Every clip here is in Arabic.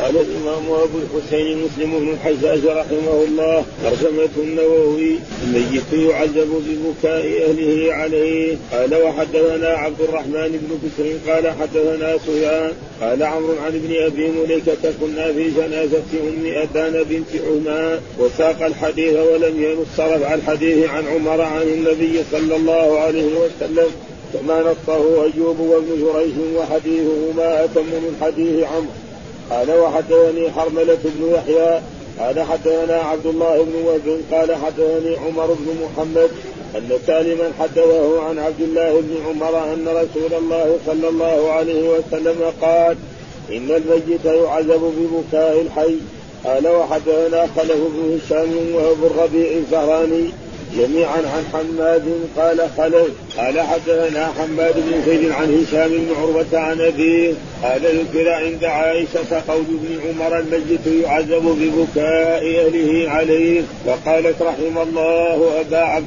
قال الإمام أبو الحسين مسلم بن الحجاج رحمه الله ترجمة النووي الميت يعذب ببكاء أهله عليه. قال وحدثنا عبد الرحمن بن بكر قال حدثنا سفيان قال عمرو عن ابن أبي مليكة كنا في جنازة أم أبان بنت عمان وساق الحديث ولم ينص رفع الحديث عن عمر عن النبي صلى الله عليه وسلم كما نصه أيوب وابن جريج وحديثهما أتم من حديث عمرو. قال وحدثني حرملة بن يحيى قال حدثنا عبد الله بن وهب قال حدثني عمر بن محمد أن سالما حدثه عن عبد الله بن عمر أن رسول الله صلى الله عليه وسلم قال إن الميت يعذب ببكاء الحي. قال وحدثنا خلف بن هشام وأبو الربيع الزهراني جميعا عن حماد قال خلف قال حدثنا حماد بن زيد عن هشام بن عروة عن أبيه قال ذكر عند عائشة قول ابن عمر الميت يعذب ببكاء أهله عليه وقالت رحم الله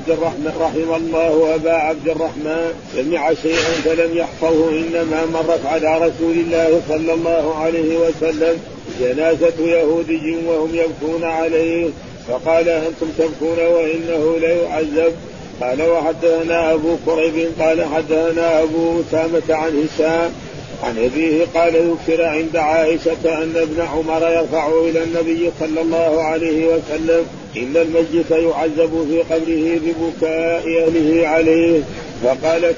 أبا عبد الرحمن سمع شيئا فلم يحفظه إنما مرت على رسول الله صلى الله عليه وسلم جنازة يهودي وهم يبكون عليه فقال أنتم تبكون وإنه ليعذب. قال وحدثنا أبو كريب قال حدثنا أبو أسامة عن هشام عن أبيه قال ذكر عند عائشة أن ابن عمر يرفع إلى النبي صلى الله عليه وسلم إن الميت يعذب في قبره ببكاء أهله عليه. فقالت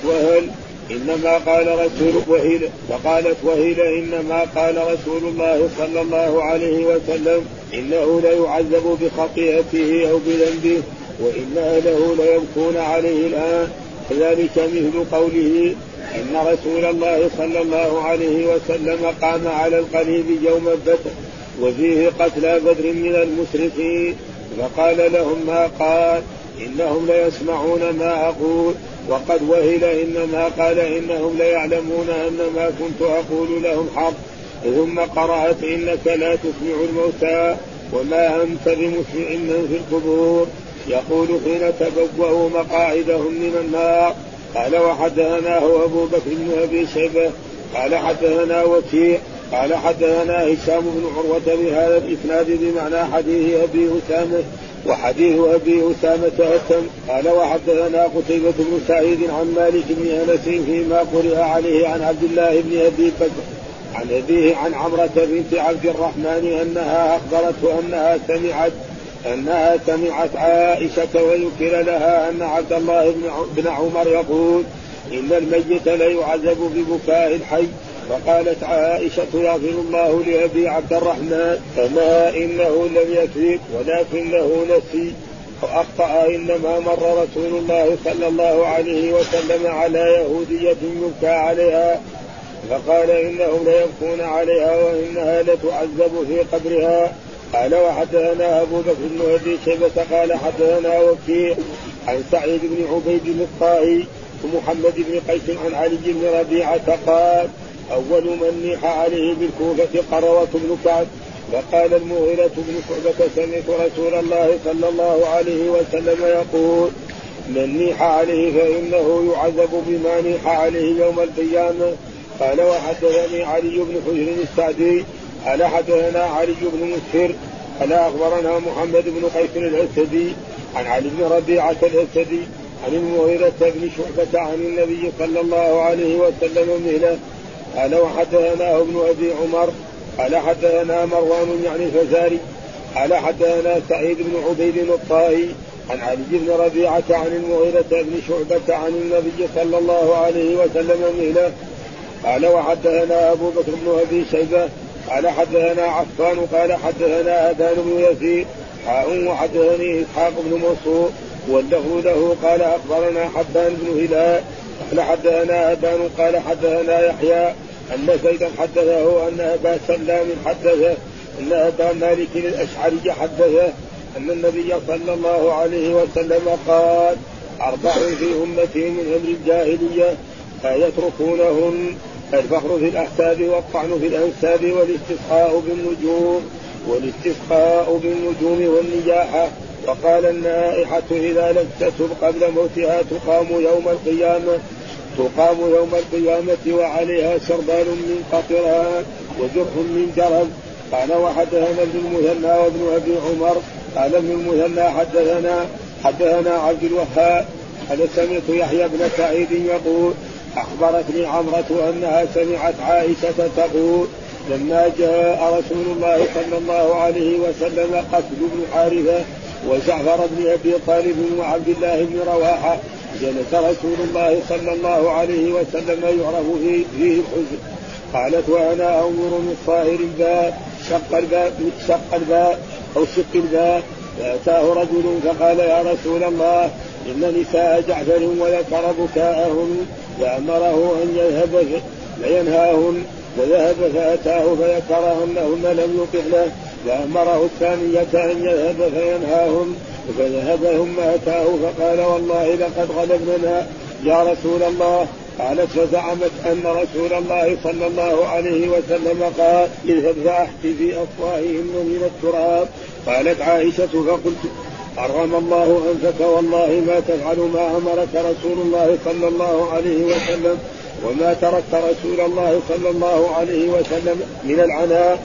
وهيل إنما قال رسول الله صلى الله عليه وسلم إنه ليعذب بخطيئته أو بذنبه وإن أهله ليبكون عليه الآن. كذلك مثل قوله إن رسول الله صلى الله عليه وسلم قام على القليب يوم بدر وفيه قتلى بدر من المشركين فقال لهم ما قال إنهم ليسمعون ما أقول وقد وهل إنما قال إنهم ليعلمون أن ما كنت أقول لهم حق. ثم قرأت إنك لا تسمع الموتى وما أنت بمسمع من في القبور يقول حين تبوأوا مقاعدهم من النار. قال وحدثناه أبو بكر بن أبي شيبة قال حدثنا وكيع قال حدثنا هشام بن عروة بهذا الإسناد بمعنى حديث أبي أسامة وحديث أبي أسامة أتم. قال وحدثنا قتيبة بن سعيد عن مالك بن أنس فيما قرئ عليه عن عبد الله بن أبي بكر عن أبيه عن عمرة بنت عبد الرحمن أنها أخبرته أنها سمعت عائشة وذكر لها أن عبد الله بن عمر يقول إن الميت ليعذب ببكاء الحي. فقالت عائشة يغفر الله لأبي عبد الرحمن فما إنه لم يكذب ولكنه نسي وأخطأ إنما مر رسول الله صلى الله عليه وسلم على يهودية يبكى عليها فقال إنهم ليبكون عليها وإنها لتعذب في قبرها. قال وحدثنا أبو بكر بن أبي شيبة قال حدثنا وكيع عن سعيد بن عبيد الطائي ومحمد بن قيس عن علي بن ربيعة قال أول من نيح عليه بالكوفة قروة بن كعب وقال المغيرة بن شعبة سمعت رسول الله صلى الله عليه وسلم يقول من نيح عليه فإنه يعذب بما نيح عليه يوم القيامة. قال وحدثني علي بن حجر السعدي قال حدثنا علي بن مسهر قال أخبرنا محمد بن قيس الأسدي عن علي بن ربيعة الأسدي عن المغيرة بن شعبة عن النبي صلى الله عليه وسلم مثله. قال وحدثنا ابن أبي عمر قال حدثنا مروان يعني الفزاري قال حدثنا سعيد بن عبيد الطائي عن علي بن ربيعة عن المغيرة بن شعبة عن النبي صلى الله عليه وسلم مثله. قال وحدثنا أبو بكر بن أبي شيبة قال حدثنا عفان قال حدثنا أبان بن يزيد وحدثني إسحاق بن منصور واللفظ له قال أخبرنا حبان بن هلال قال حدثنا أبان قال حدثنا يحيى أن زيدا حدثه أن أبا سلام حدثه أن أبا مالك الأشعري حدثه أن النبي صلى الله عليه وسلم قال 4 في أمتي من أمر الجاهلية لا يتركونهن الفخر في الأحساب والطعن في الأنساب والاستسقاء بالنجوم والنجاحة. وقال النائحة إذا لم تتب قبل موتها تقام يوم القيامة وعليها سربال من قطران وجرح من جرب قال وحدثنا ابن المثنى وابن أبي عمر قال ابن المثنى حدثنا عبد الوهاب قال سمعت يحيى بن سعيد يقول أخبرتني عمرة أنها سمعت عائشة تقول لما جاء رسول الله صلى الله عليه وسلم قتل بن حارثة وجعفر بن أبي طالب وعبد الله بن رواحة جلس رسول الله صلى الله عليه وسلم يعرف فيه الحزن. قالت وأنا أنظر من صائر الباب شق الباب أو شق الباب فأتاه رجل فقال يا رسول الله إن نساء جعفر وذكر بكاءهن فأمره أن يذهب فينهاهن وذهب فأتاه فذكر أنهن لم يطعن فأمره الثانية أن يذهب فينهاهن فذهب ثم أتاه فقال والله لقد غلبنا يا رسول الله. قالت فزعمت أن رسول الله صلى الله عليه وسلم قال اذهب فأحث في أفواههن من التراب. قالت عائشة فقلت حرم الله أنفك والله ما تفعل ما أمرك رسول الله صلى الله عليه وسلم وما تركت رسول الله صلى الله عليه وسلم من العناء.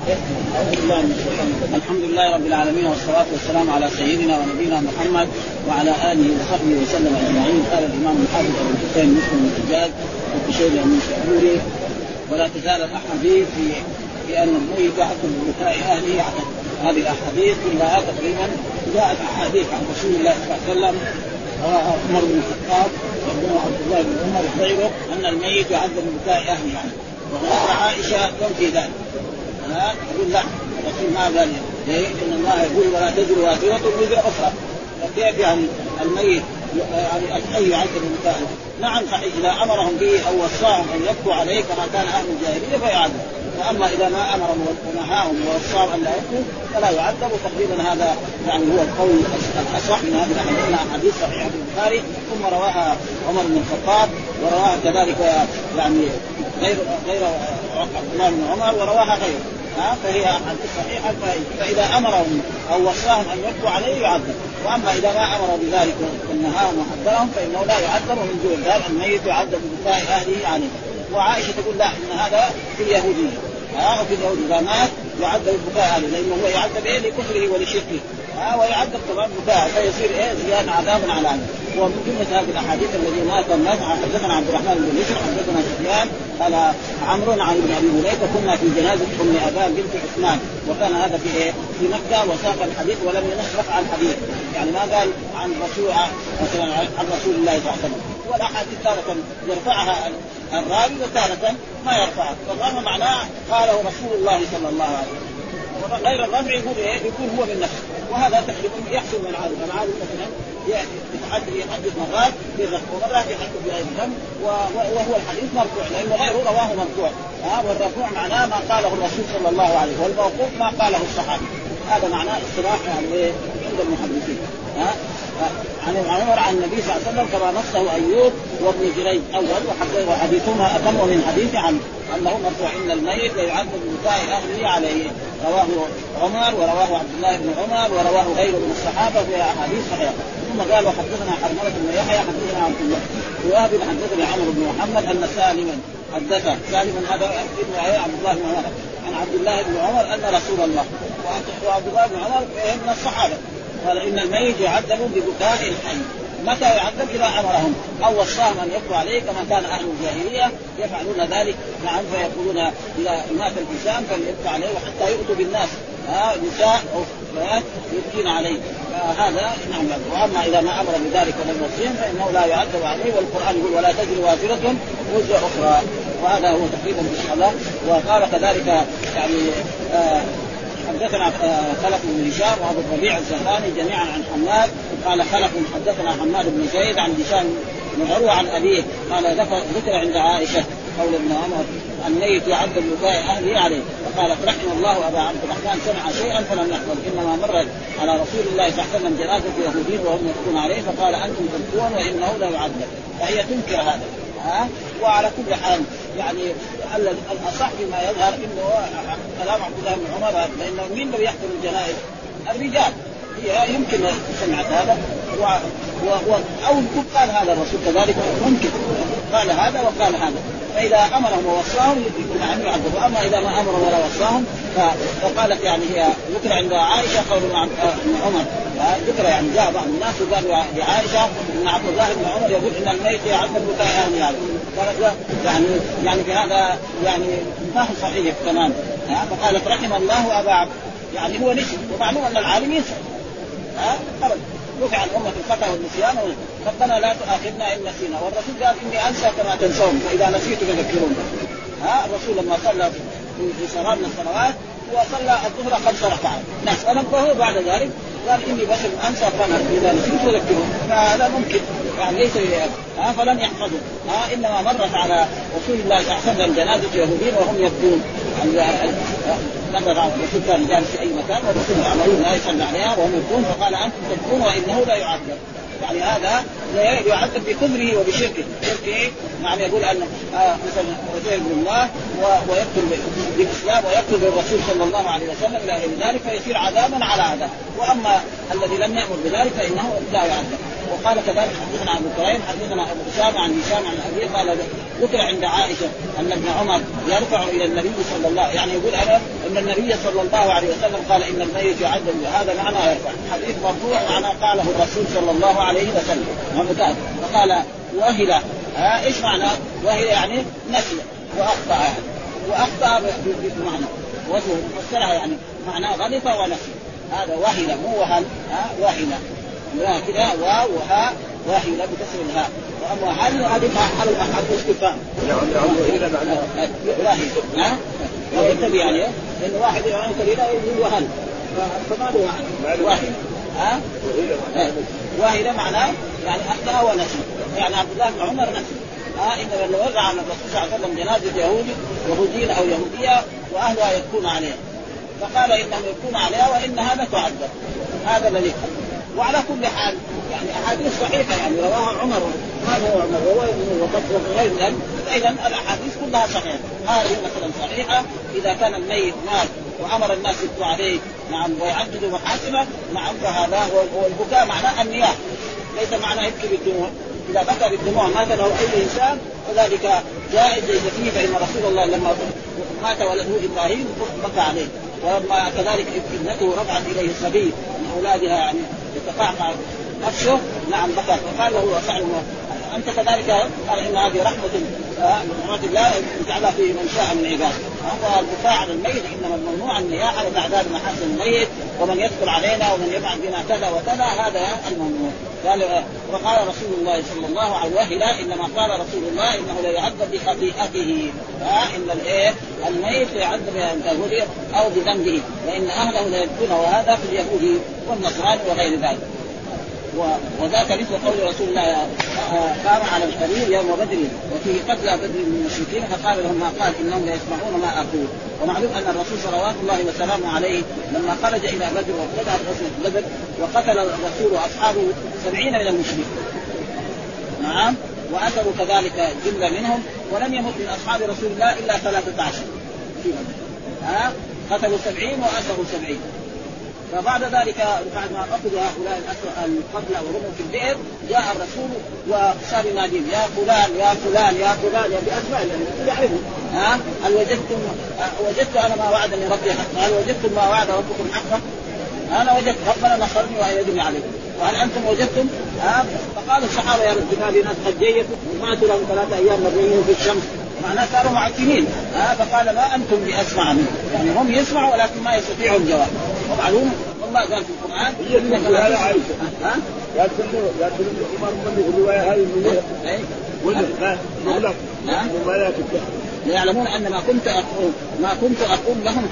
الحمد لله رب العالمين والصلاة والسلام على سيدنا ونبينا محمد وعلى آله وصحبه وسلم أجمعين. قال الإمام الحافظ أبو الحسين مسلم بن الحجاج وبشير من شعوره ولا تزال الأحاديث في أن الميت يحكم ببكاء أهله. هذه الأحاديث كلها تقريبا جاءت أحاديث عن رسول الله صلى الله عليه وسلم عمر بن الخطاب وابن عبد الله بن عمر وغيره أن الميت يعذب ببكاء أهله يعني. وهناك عائشة تنفي ذلك تقول لا رسول ما قال ليه؟ إن الله يقول ولا تزر وازرة وزر أخرى. فكيف يعني الميت يعني الحي يعذب ببكاء؟ نعم صحيح إذا أمرهم به أو وصاهم أن يبكوا عليه كما كان أهل الجاهلية فيعذب. وأما إذا ما أمرهم ونهاهم ووصاهم أن لا يبكوا فلا يعذب. وتقريبا هذا يعني هو القول الأصح من هذه الأحاديث صحيحة في البخاري. ثم رواها عمر بن الخطاب ورواها كذلك يعني غير عبد الله بن عمر ورواها غيره فهي أحاديث صحيحة. فإذا أمرهم أو وصاهم أن يبكوا عليه يعذب. وأما إذا ما أمروا بذلك ونهاهم وحذرهم فإنه لا يعذب. ومن دون ذلك الميت يعذب ببكاء أهله عليه. وعائشة تقول لا إن هذا في اليهودية وفي اليهود إذا مات يعذب ببكاء أهله لأنه هو يعذب لكفره ولشركه ويعذب طبعا بكاء فيصير زيادة عذابا على عذاب. ومن جملة هذه الأحاديث الذي مات الناس حدثنا عبد الرحمن بن بشر حدثنا سفيان قال عمرو عن ابن أبي هريرة كنا في جنازة أم أبان بنت عثمان وكان هذا في مكة وساق الحديث ولم ينصرف عن الحديث يعني ما قال عن رسول مثلا عن رسول الله صلى الله عليه وسلم. والأحاديث تارة يرفعها الراوي وتارة ما يرفعها والله معناه قاله رسول الله صلى الله عليه وسلم. غير الرفع يقول هو من نفسه وهذا تقريبا يحصل من العالم مثلا يحدث مرات بالرفع ومرات يحدث بغير الذم وهو الحديث مرفوع لأنه غيره رواه مرفوع. والرفوع معناه ما قاله الرسول صلى الله عليه وسلم والموقوف ما قاله الصحابي. هذا معناه اصطلاح يعني عند المحدثين. عن عمر عن النبي صلى الله عليه وسلم كما نصه أيوب وابن جريج أول وحديثهما أتم من حديث عن أنه مرفوع إن الميت يعذب ببكاء أهله عليه. رواه عمر ورواه عبد الله بن عمر ورواه غيره من الصحابة في أحاديث صحيحة. ثم قال وحدثنا حرملة بن يحيى حدثنا عبد الله وهب حدثنا عمرو بن محمد أن سالما حدثه سالما هذا ابن عبد الله بن عمر عن عبد الله بن عمر أن رسول الله وعبد الله بن عمر من الصحابة قال إن الميت يعذب ببكاء الحي. متى يعذب؟ إذا أمرهم أو وصاهم أن يبكوا عليه كما كان أهل الجاهلية يفعلون ذلك. نعم فيقولون إذا مات الإنسان فليبكى عليه وحتى يؤتوا بالناس نساء أو فتيات يبكين عليه. هذا نعم. وأما إذا ما أمر بذلك ولم يوصيهم فإنه لا يعذب عليه. والقرآن يقول ولا تزر وازرة وزر أخرى وهذا هو تقريبا إن شاء الله. وقال كذلك يعني حدثنا خلف بن هشام وابو الربيع الزهراني جميعا عن حماد قال خلف حدثنا حماد بن زيد عن هشام بن عروة عن أبيه قال ذكر عند عائشة قول ابن عمر الميت يعذب ببكاء أهله عليه فقالت رحم الله أبا عبد الرحمن سمع شيئا فلم يحضر إنما مر على رسول الله صلى الله عليه وسلم جنازة يهودين وهم يبكون عليه فقال أنتم تبكون وإنه لا يعذب. فهي تنكر هذا وعلى كل حال يعني الأصح بما يظهر إنه كلام عبد الله بن عمر لأنه مين لو يحضر الجنائز؟ الرجال هي يمكن سمعت هذا أو قال هذا الرسول كذلك ممكن قال هذا وقال هذا. فإذا أمرهم ووصاهم يكون عنه يعذبوا. أما إذا ما أمرهم ولا وصاهم فقالت يعني هي ذكر عند عائشة قول عمر ذكر يعني جاء بعض الناس وقالوا لعائشة إن عبد الله بن عمر يقول إن الميت يعذب بكاء أهله يعني. قالت يعني في هذا يعني ما هو صحيح تمام. فقالت رحم الله أبا عبد يعني هو نسي ومعلوم أن العالم ينسى خرج رفع الأمة الخطأ والنسيان ربنا لا تؤاخذنا إن نسينا. والرسول قال إني أنسى كما تنسون فإذا نسيت فذكرون. الرسول لما صلى في صلاة من الصلوات وصلى الظهر 5 ركعات ناس فنبهه بعد ذلك قال إني بشر أنسى فإذا نسيت فذكرون. فهذا ممكن يعني ليس فلم يحفظوا إنما مرت على رسول الله صلى الله عليه وسلم جنازة يهودين وهم يبكون نظر الرسول كان جالس في أي مكان والرسول يعملون لا يصلى عليها وهم يبكون فقال أنتم تبكون وإنه لا يعذب. يعني هذا يعذب بكفره وبشركه. شركه يعني يقول أن مثلا وزير بن الله ويقتل بالإسلام ويقتل بالرسول صلى الله عليه وسلم إلى غير ذلك فيصير عذابا على عذاب. وأما الذي لم يأمر بذلك فإنه لا يعذب. وقال كذلك حدثنا أبو كريم حدثنا أبو أسامة عن هشام عن أبيه قال ذكر عند عائشة أن ابن عمر يرفع إلى النبي صلى الله يعني يقول أنا أن النبي صلى الله عليه وسلم قال إن الميت يعذب. هذا معنى يرفع حديث مرفوع معنى قاله الرسول صلى الله عليه وسلم. فقال وهل إيش معنى وهل يعني نسي وأخطأ يعني. وأخطأ بمعنى وزن فسرها يعني معنى غلط ونسي. هذا وهل مو وهل وهل لا كده واو وها واحد بكسر الهاء. واما هل هذه حرف استفهام ينتبه يعني لان واحد يعني كبيره يقول وهل فما له واحد واحد معناه يعني اخطا ونسي. يعني عبد الله بن عمر نسي إن لو وقع على الرسول صلى الله عليه وسلم جنازة يهودي أو يهودية وأهلها يبكون عليها فقال إنهم يبكون عليها وإنها لا تعذب. هذا الذي وعلى كل حال يعني أحاديث صحيحة يعني رواها عمر هذا هو عمر هو وغير ذلك. فإذا الأحاديث كلها صحيحة. هذه مثلا صحيحة إذا كان الميت مات وأمر الناس يبكوا عليه نعم ويعددوا محاسبه نعم فهذا والبكاء معناه النياح ليس معناه يبكي بالدموع. إذا بكى بالدموع مات له أي إنسان وذلك جائز ليس فيه. فإن رسول الله لما مات ولده إبراهيم بكى عليه ولما كذلك ابنته رفعت إليه الصبي من أولادها يعني يتقعقع نفسه نعم بكى فقال له وسعله أنت كذلك قال إن هذه رحمة رحمة الله جعلها في من شاء من عباده. والبكاء على الميت إنما الممنوع النياحة وتعداد محاسن الميت ومن يدخل علينا ومن يفعل بنا كذا وكذا هذا الممنوع. قال وقال رسول الله صلى الله عليه وسلم إنما قال رسول الله إنه لا يعذب بخطيئته إن الميت يعذب بذنبه أو بذنبه وإن أهله لا يبكون وهذا في اليهود والنصران وغير ذلك. وذاك مثل قول رسول الله قام على الحرير يوم بدر وفيه قتلى بدر من المشركين فقال لهم ما قال إنهم لا يسمعون ما أقول. ومعلوم أن الرسول صلوات الله وسلامه عليه لما خرج إلى بدر وابتدأت غزوة بدر وقتل الرسول وأصحابه 70 من المشركين نعم وأسروا كذلك جملة منهم ولم يمت من أصحاب رسول الله إلا 13 في بدر قتلوا 70 وأسروا 70. فبعد ذلك بعد ما أخذوا هؤلاء القتلى ورموا في البئر جاء الرسول وصار يناديهم يا فلان يا فلان يا فلان يا بأسماء يعرفوا هل وجدت أنا ما وعدني ربي حقا هل وجدتم ما وعد ربكم حقا أنا وجدت ربنا نصرني وأيدني عليكم وهل أنتم وجدتم فقال الصحابة يا رب هذه ناس قد جيتوا وماتوا لهم 3 أيام مبنيين في الشمس معناه صاروا معتمين فقال ما أنتم بأسمع منه يعني هم يسمعوا ولكن ما يستطيعوا الجواب. ومعلوم والله قال في القرآن لا عائشة لا تسمعوا عمر من الرواية هذه ولا لا يعلمون أن ما كنت أقول لهم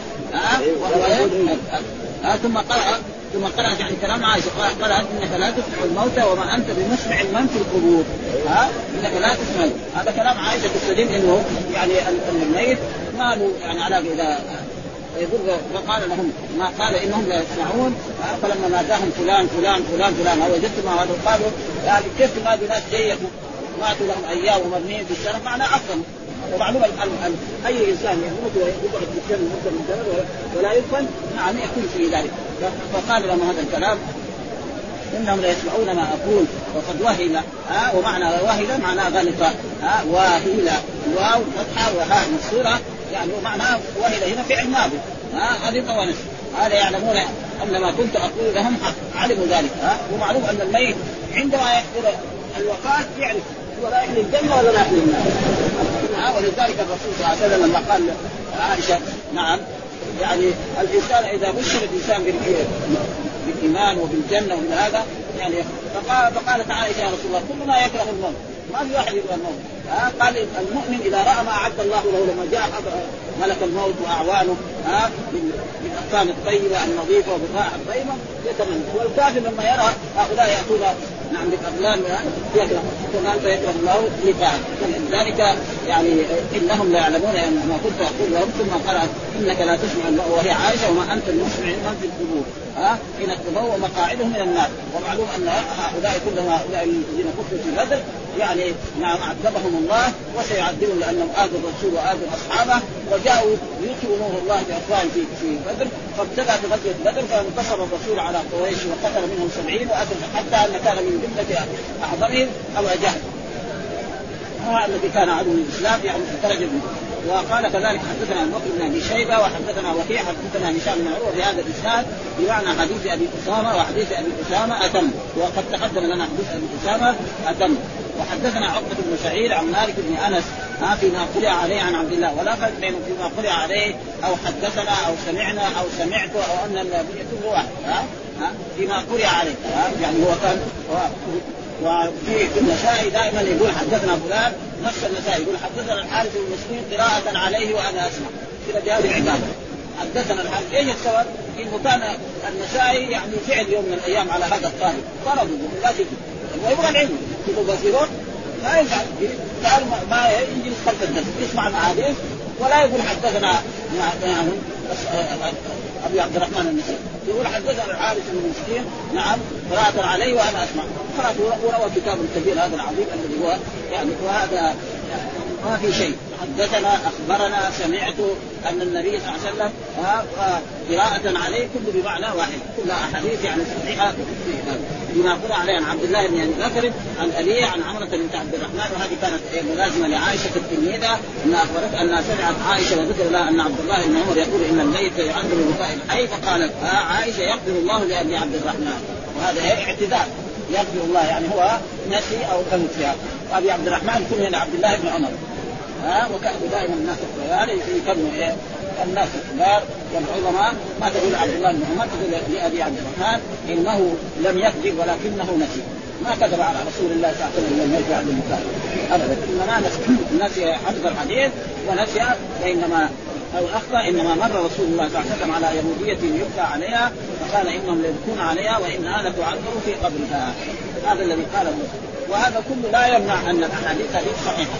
ثم قرأت يعني كلام عائشة قرأت إنك لا تسمع الموتى وما أنت بمسمع من في القبور إنك لا تسمع. هذا كلام عائشة تستدين إنه يعني الميت ما له يعني علاقة إذا يقول فقال لهم ما قال إنهم لا يسمعون فلما ناداهم فلان فلان فلان فلان هو وجدت ما هذا قالوا يعني كيف ما بناس جيكم ماتوا لهم أيام ومبنيين في الشرف معنى أفضل ومعلوم اي انسان يموت ويقعد في الجنه مده من زمن ولا يدفن نعم يكون في ذلك. فقال لهم هذا الكلام إنهم لا يسمعون ما أقول وقد وهل ومعنى وهل معناه غلط وهل واو فتحة وهاء مكسورة يعني معناه وهل هنا فعل ماضي غلط ونسي. هذا يعلمون أن ما كنت أقول لهم حق علموا ذلك. ومعلوم أن الميت عندما يحضر الوفاة يعرف هو رايح للجنة ولا رايح للنار. ولذلك الرسول صلى الله عليه وسلم لما قال عائشة نعم يعني الإنسان إذا بشر الإنسان بالإيمان وبالجنة ومن هذا يعني فقالت عائشة يا رسول الله كلنا يكره الموت ما في واحد يكره الموت. قال المؤمن إذا رأى ما أعد الله له لما جاء ملك الموت وأعوانه بالأقسام الطيبة النظيفة وبالطاعة الطيبة يتمنى. والكافر لما يرى هؤلاء يأتون نعم بالأقلام يكره فيكره الموت لفاعل. لذلك يعني إنهم لا يعلمون أن ما كنت أقول لهم ثم قال إنك لا تسمع الموت وهي عائشة وما أنت المسمع من في القبور إن القبور ومقاعدهم من النار. ومعلوم أن هؤلاء كلهم هؤلاء الذين كفروا في بدر يعني نعم عذبهم الله وسيعذبهم لأنهم آذوا الرسول وآذوا أصحابه وجاءوا يطفئوا نور الله بأفواههم في بدر. فابتدأ في غزوة بدر فانتصر الرسول على قريش وقتل منهم 70 وأسر حتى أن كان من جملة أعظمهم أبو جهل الذي كان عدو الإسلام يعني خرج منه. وقال كذلك حدثنا بكر بن ابي شيبه وحدثنا وكيع حدثنا هشام بن عروه بهذا الاسناد بمعنى حديث ابي اسامه وحديث ابي اسامه اتم وقد تقدم لنا حديث ابي اسامه اتم. وحدثنا عقبه بن سعيد عن مالك بن انس فيما قرئ عليه عن عبد الله ولا فرق بين فيما قرئ عليه او حدثنا او سمعنا او سمعت او ان النبي كل واحد فيما قرئ عليه يعني هو كان وفي النسائي دائما يقول حدثنا فلان نفس النسائي يقول حدثنا الحارث بن مسلم قراءة عليه وأنا أسمع كذا بهذه العبارة حدثنا الحارث. ايش السبب؟ انه كان النسائي يعني فعل يوم من الايام على هذا الطالب طلبه لا تجي ويبغى العلم يقول بصيرون لا ينفع ما يجي خلف الناس يسمع الحديث ولا يقول حدثنا يعني ابي عبد الرحمن النسائي يقول حدثنا الحارث بن مسكين نعم قراءة عليه وانا اسمع خلاص وروى كتاب الكبير هذا العظيم الذي هو يعني وهذا ما في شيء حدثنا اخبرنا سمعت ان النبي صلى الله عليه وسلم قراءة عليه كل بمعنى واحد كلها احاديث يعني صحيحه بما قرأ عليه عن عبد الله بن ابي بكر عن ابي عن عمرة بنت عبد الرحمن. وهذه كانت ملازمه لعائشه التلميذه انها اخبرت انها سمعت عائشه وذكر لها ان عبد الله بن عمر يقول ان الميت يعذب بكاء الحي فقالت عائشه يغفر الله لابي عبد الرحمن. وهذا اعتذار يغفر الله يعني هو نسي او كان فيها. وابي عبد الرحمن كل هنا عبد الله بن عمر وكانوا دائما الناس الصغار يكونوا الناس الكبار والعظماء ما تقول عبد الله بن عمر تقول لابي عبد الرحمن انه لم يكذب ولكنه نسي ما كذب على رسول الله صلى الله عليه وسلم لم يكذب المكان ابدا انما نسي حفظ الحديث ونسي وانما او اخطا انما مر رسول الله صلى الله عليه وسلم على يهوديه يبكى عليها فقال انهم ليبكون عليها وانها لتعذر في قبرها. هذا الذي قاله وهذا كله لا يمنع ان الاحاديث هذه صحيحه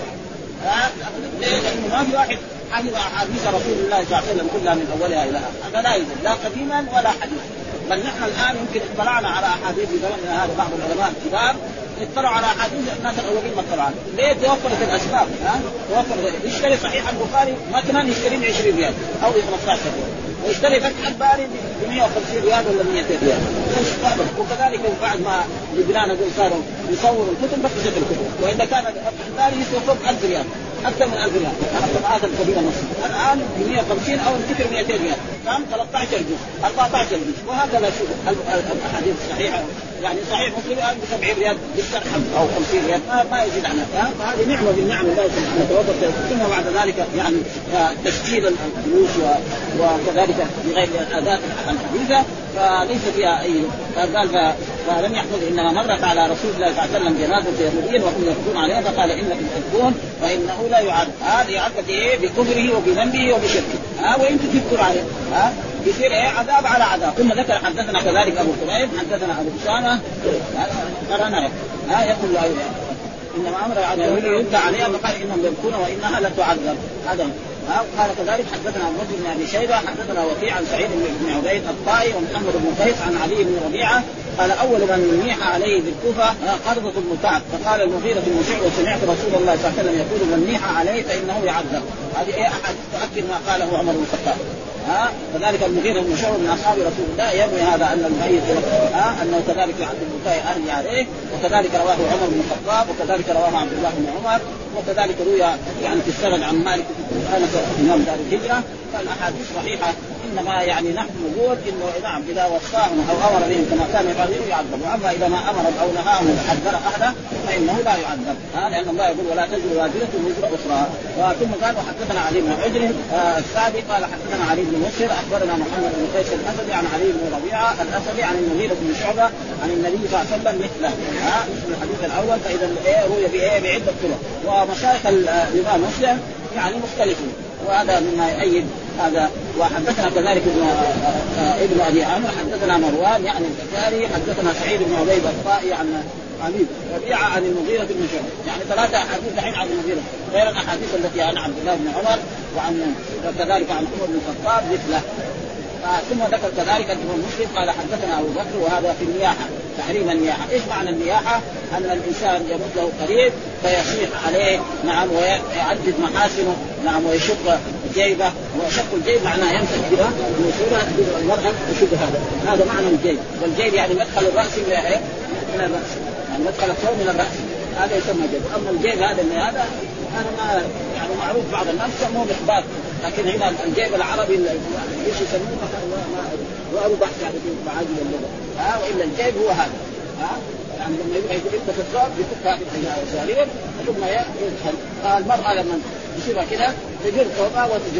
لانه ما في واحد حفظ احاديث رسول الله صلى الله عليه وسلم كلها من اولها الى اخرها هذا لا يوجد لا قديما ولا حديثا. بل نحن الان يمكن اطلعنا على احاديث في زمننا هذا بعض العلماء الكبار اطلعوا على احاديث الناس الاولين ما اطلعوا عنها. ليه؟ توفرت الاسباب توفرت يشتري صحيح البخاري مثلا يشتري ب 20 ريال او ب 15 ريال ويشتري فتح الباري ب 150 ريال ولا 200 ريال. وكذلك بعد ما لبنان دول صاروا يصوروا الكتب بس الكتب واذا كان فتح الباري يسوق 1000 ريال اكثر من 1000 ريال على الطبعات الكبيره نص الان ب 150 او نفتكر 200 ريال كم 13 جزء 14 جزء. وهكذا شوف الاحاديث الصحيحه يعني صحيح مسلم الان ب 70 ريال بالشرح او 50 ريال ما يزيد عنها. فهذه نعمه من نعم الله سبحانه وتعالى ثم بعد ذلك يعني تشكيل الفلوس وكذلك بغير الاداه الحديثه فليس فيها اي قال فلم يحفظ انما مرت على رسول الله صلى الله عليه وسلم جنازه يهوديين وهم يكفرون عليها فقال انكم تكفرون فانه لا يعد هذا يعد بكفره وبذنبه وبشركه وانتم تكفروا عليه يصير عذاب على عذاب. ثم ذكر حدثنا كذلك ابو كريب حدثنا ابو اسامه قرانا يقول انما امر على يبكى عليها فقال انهم يبكون وانها لا تعذب. هذا قال كذلك حدثنا ابو بن ابي شيبه حدثنا وكيع عن سعيد بن عبيد الطائي ومحمد بن قيس عن علي بن ربيعه قال اول من نيح عليه بالكوفه قرضة بن كعب، فقال المغيرة بن شعبة سمعت رسول الله صلى الله عليه وسلم يقول من نيح عليه فانه يعذب. هذه احد تؤكد ما قاله عمر بن الخطاب. كذلك المغيرة بن شعبة من اصحاب رسول الله يروي هذا ان الميت انه كذلك يعذب بكاء اهله عليه، وكذلك رواه عمر بن الخطاب، وكذلك رواه عبد الله بن عمر، وكذلك روي يعني في السند عن مالك انس امام دار الهجره. فالاحاديث صحيحه، انما يعني نحن نقول انه نعم اذا وصاهم او امر بهم كما كان يفعلون يعذب، واما اذا ما امر او نهاهم وحذر احدا فانه لا يعذب. لان الله يقول ولا تزر وازره وزر اخرى. ثم قال وحدثنا علي بن حجر السابق قال حدثنا علي بن مسهر اخبرنا محمد بن قيس الاسدي عن علي بن ربيعه الاسدي عن المغيرة بن شعبة عن النبي صلى الله عليه وسلم مثله مثل الحديث الاول. فاذا روي بعده طرق، ومشايخ الامام مسلم يعني مختلفون، وهذا مما يؤيد هذا. وحدثنا كذلك ابن ابي عمرو حدثنا مروان يعني البخاري حدثنا سعيد بن عبيد الطائي عن علي ربيعه عن المغيرة بن شعبة، يعني 3 احاديث الحين عن المغيرة غير الاحاديث التي عن عبد الله بن عمر وكذلك عن عمر بن الخطاب مثله. ثم ذكر كذلك الإمام مسلم قال حدثنا أبو بكر وهذا في النياحة، تحريم النياحة. إيش معنى النياحة؟ أن الإنسان يموت له قريب فيصيح عليه نعم ويعدد محاسنه نعم ويشق جيبه، وشق الجيب معناه يمسك بها ويصيرها المرأة وشق هذا معنى الجيب. والجيب يعني مدخل الرأس من الرأس، يعني مدخل الثوب من الرأس، هذا يسمى جيب. أما الجيب هذا ما يعني معروف بعض الناس يسموه مخبات، لكن هنا الجيب العربي ايش يسموه وأبو بحث يعني في معاجم اللغة وإلا الجيب هو هذا يعني لما يبغى يفك الثوب يفكها بالسارير ثم يدخل. المرأة لما يصيبها كده تجر ثوبها وتجر،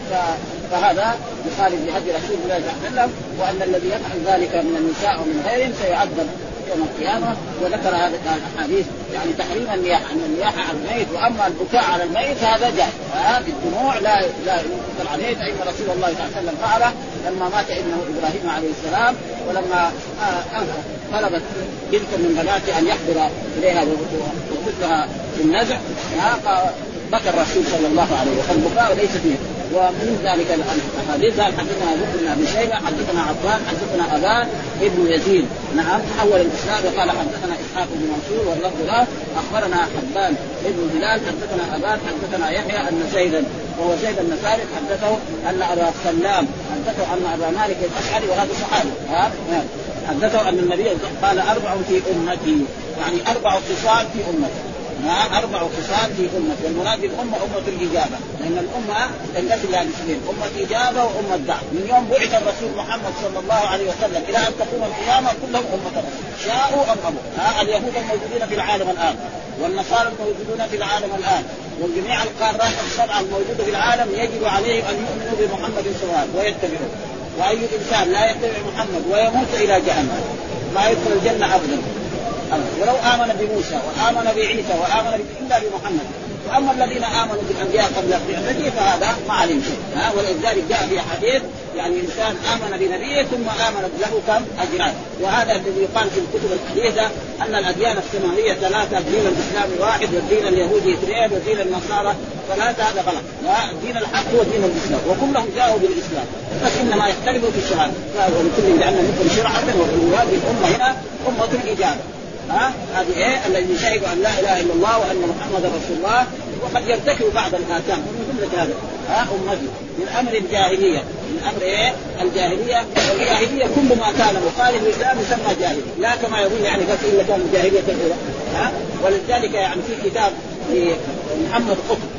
فهذا يخالف بهدي رسول الله صلى الله عليه وسلم، وأن الذي يفعل ذلك من النساء ومن غيرهم سيعذب يوم القيامة. وذكر هذه الأحاديث يعني تحريم النياحة، أن النياحة على الميت، وأما البكاء على الميت هذا جائز بالدموع لا ينكر عليه، فإن رسول الله صلى الله عليه وسلم فعله لما مات ابنه إبراهيم عليه السلام، ولما طلبت بنت من بناته أن يحضر إليها وطفلها بالنزع بكى الرسول صلى الله عليه وسلم البكاء ليس فيه. ومن ذلك الحديث حدثنا ابو بن ابي شيبه حدثنا عفان حدثنا ابان ابن يزيد نعم حول الاسناد وقال حدثنا اسحاق بن منصور واللفظ له اخبرنا حبان ابن هلال حدثنا ابان حدثنا يحيى ان زيدا وهو زيد بن ثابت حدثه ان ابا سلام حدثه ان ابا مالك الاشعري وهذا صحابي حدثه ان النبي قال 4 في امتي، يعني 4 خصال في امتي 4 خصال في أمة. والمراد الأمة أمة الإجابة، لأن الأمة تنقسم إلى قسمين، أمة إجابة وأمة دعوة. من يوم بعث الرسول محمد صلى الله عليه وسلم إلى أن تقوم القيامة كلهم أمة الرسول شاءوا أم أبوا. اليهود الموجودين في العالم الآن، والنصارى الموجودون في العالم الآن، وجميع القارات ال7 الموجودة في العالم يجب عليهم أن يؤمنوا بمحمد صلى الله عليه وسلم ويتبعوه. وأي إنسان لا يتبع محمد ويموت إلى جهنم ما يدخل الجنة أبدا ولو آمن بموسى وآمن بعيسى وآمن إلا بمحمد. وأما الذين آمنوا بالأنبياء قبل بعثته فهذا ما عليهم شيء. ولذلك جاء في حديث يعني إنسان آمن بنبيه ثم آمن له كم أجران. وهذا الذي يقال في الكتب الحديثة أن الأديان السماوية 3، الدين الإسلامي 1 والدين اليهودي 2 والدين النصارى 3. هذا غلط. الدين الحق هو دين الإسلام وكلهم جاءوا بالإسلام، بس إنما يختلفوا في الشهادة. ولكل لأن منكم شرعة وهذه الأمة هنا أمة الإجابة. هذه الذي شهد أن لا إله إلا الله وأن محمد رسول الله، وقد يرتكب بعض الآثام من جملة هذا أمتي من أمر الجاهلية، من أمر الجاهلية. والجاهلية كل ما كان مخالف للإسلام يسمى جاهلية، لا كما يقول يعني بس إلا كان الجاهلية الأولى. ولذلك يعني في كتاب لمحمد قطب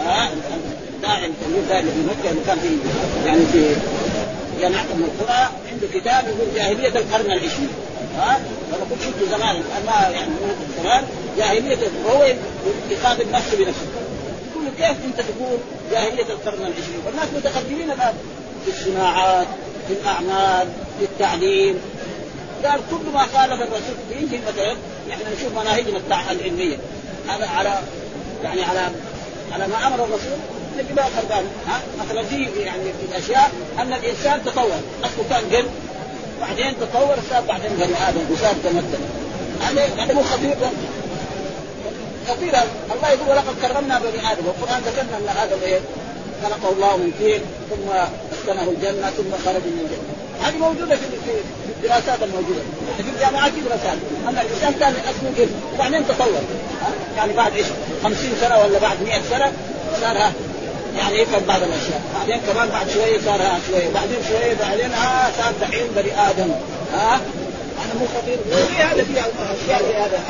داعي الكبير داعي في مكة اللي كان في يعني في جامعة من القرى عنده كتاب يقول جاهلية القرن العشرين. لما كنت شفت زمان أنا يعني زمان جاهلية، وهو يخاطب نفسه بنفسه يقول كيف أنت تقول جاهلية القرن العشرين والناس متقدمين الآن في الصناعات في الأعمال في التعليم. قال كل ما خالف الرسول يجي مثلا يعني نشوف مناهجنا العلمية هذا على ما أمر الرسول نجيبها خربانة. مثلا في يعني في الأشياء أن الإنسان تطور، أصله كان قرد بعدين تطور صار بعدين بني آدم وصار تمثل. هذا مو خطير خطير. الله يقول ولقد كرمنا بني آدم، والقرآن ذكرنا أن آدم خلقه الله من طين ثم اسكنه الجنة ثم خرج من الجنة. هذه موجودة في الدراسات الموجودة في الجامعات، دراسات أن الإنسان كان أسمه كده وبعدين تطور، يعني بعد 50 سنة ولا بعد 100 سنة صار يعني يفهم بعض الأشياء، بعدين كمان بعد شوية صار شوية، بعدين شوية بعدين صار دحين بني آدم. أنا مو خطير في هذا، في أشياء زي هذا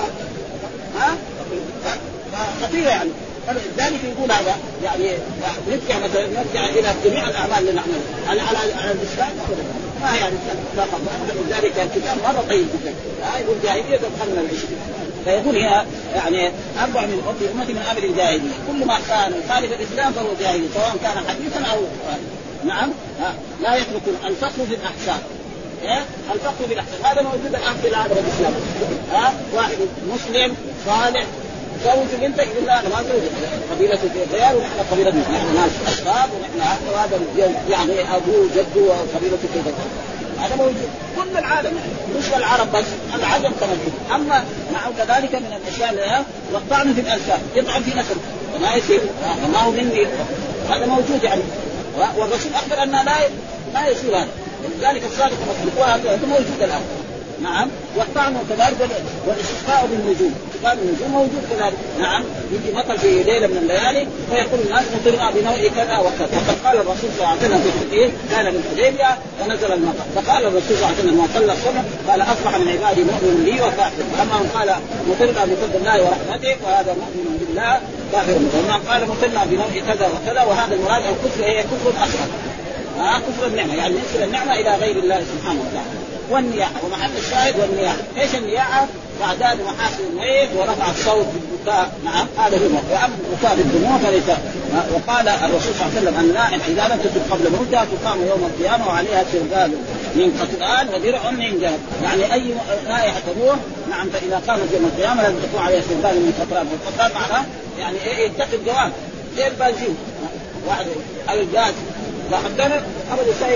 خطيرة يعني. فلذلك يقول هذا يعني نرجع مثلا نرجع إلى جميع الأعمال اللي نعملها على الإسلام ما يعني لا قبل. لذلك الكتاب مرة طيب جدا. يقول جاهلية دخلنا العشرين. فيقول هنا يعني 4 من أمتي من أمر الجاهلية، كل ما كان يخالف الإسلام فهو جاهلي سواء كان حديثا أو نعم. لا يترك الفقه في الأحكام. الفقه في الأحكام هذا موجود الآن في العالم الإسلامي. واحد مسلم صالح زوج بنت يقول لا أنا ما زوج قبيلة الغيار ونحن قبيلتنا نحن ناس أشباب ونحن هذا يعني أبوه جده وقبيلة كذا. هذا موجود كل العالم مش العرب بس، العجم كمان. أما مع كذلك من الأشياء والطعن في الأنساب، يطعن في نسب ما يصير ما هو مني، هذا موجود يعني. والرسول أخبر أن لا يصير هذا، لذلك الصادق المصدوق هذا موجود الآن. نعم. والطعن كذلك والاستسقاء بالنجوم، استسقاء بالنجوم موجود كذلك. نعم. يجي مطر في ليلة من الليالي فيقول الناس مطرنا بنوع كذا وكذا، وقد قال الرسول صلى الله عليه وسلم في الحديث كان من حديبية ونزل المطر، فقال الرسول صلى الله عليه وسلم ما صلى الصبح قال أصبح من عبادي مؤمن لي وكافر، أما من قال مطرنا بفضل الله ورحمته فهذا مؤمن بالله كافر، ومن قال مطرنا بنوع كذا وكذا وهذا المراد الكفر هي كفر أصغر. كفر النعمة يعني ينسب النعمة إلى غير الله سبحانه وتعالى. والنياحة ومحل الشاهد والنياحة، ايش النياحة؟ تعداد محاسن الميت ورفع الصوت بالبكاء. نعم هذا هو. واما البكاء بالدموع فليس. وقال الرسول صلى الله عليه وسلم النائح اذا لم تتب قبل موتها تقام يوم القيامه وعليها سربال من قطران ودرع من جهل، يعني اي نائحه تروح نعم فاذا قامت يوم القيامه لازم تكون عليها سربال من قطران، والقطران معناه يعني ايه يتقي الجواب زي البنزين واحد على الجاز فحدنا ابدا سائل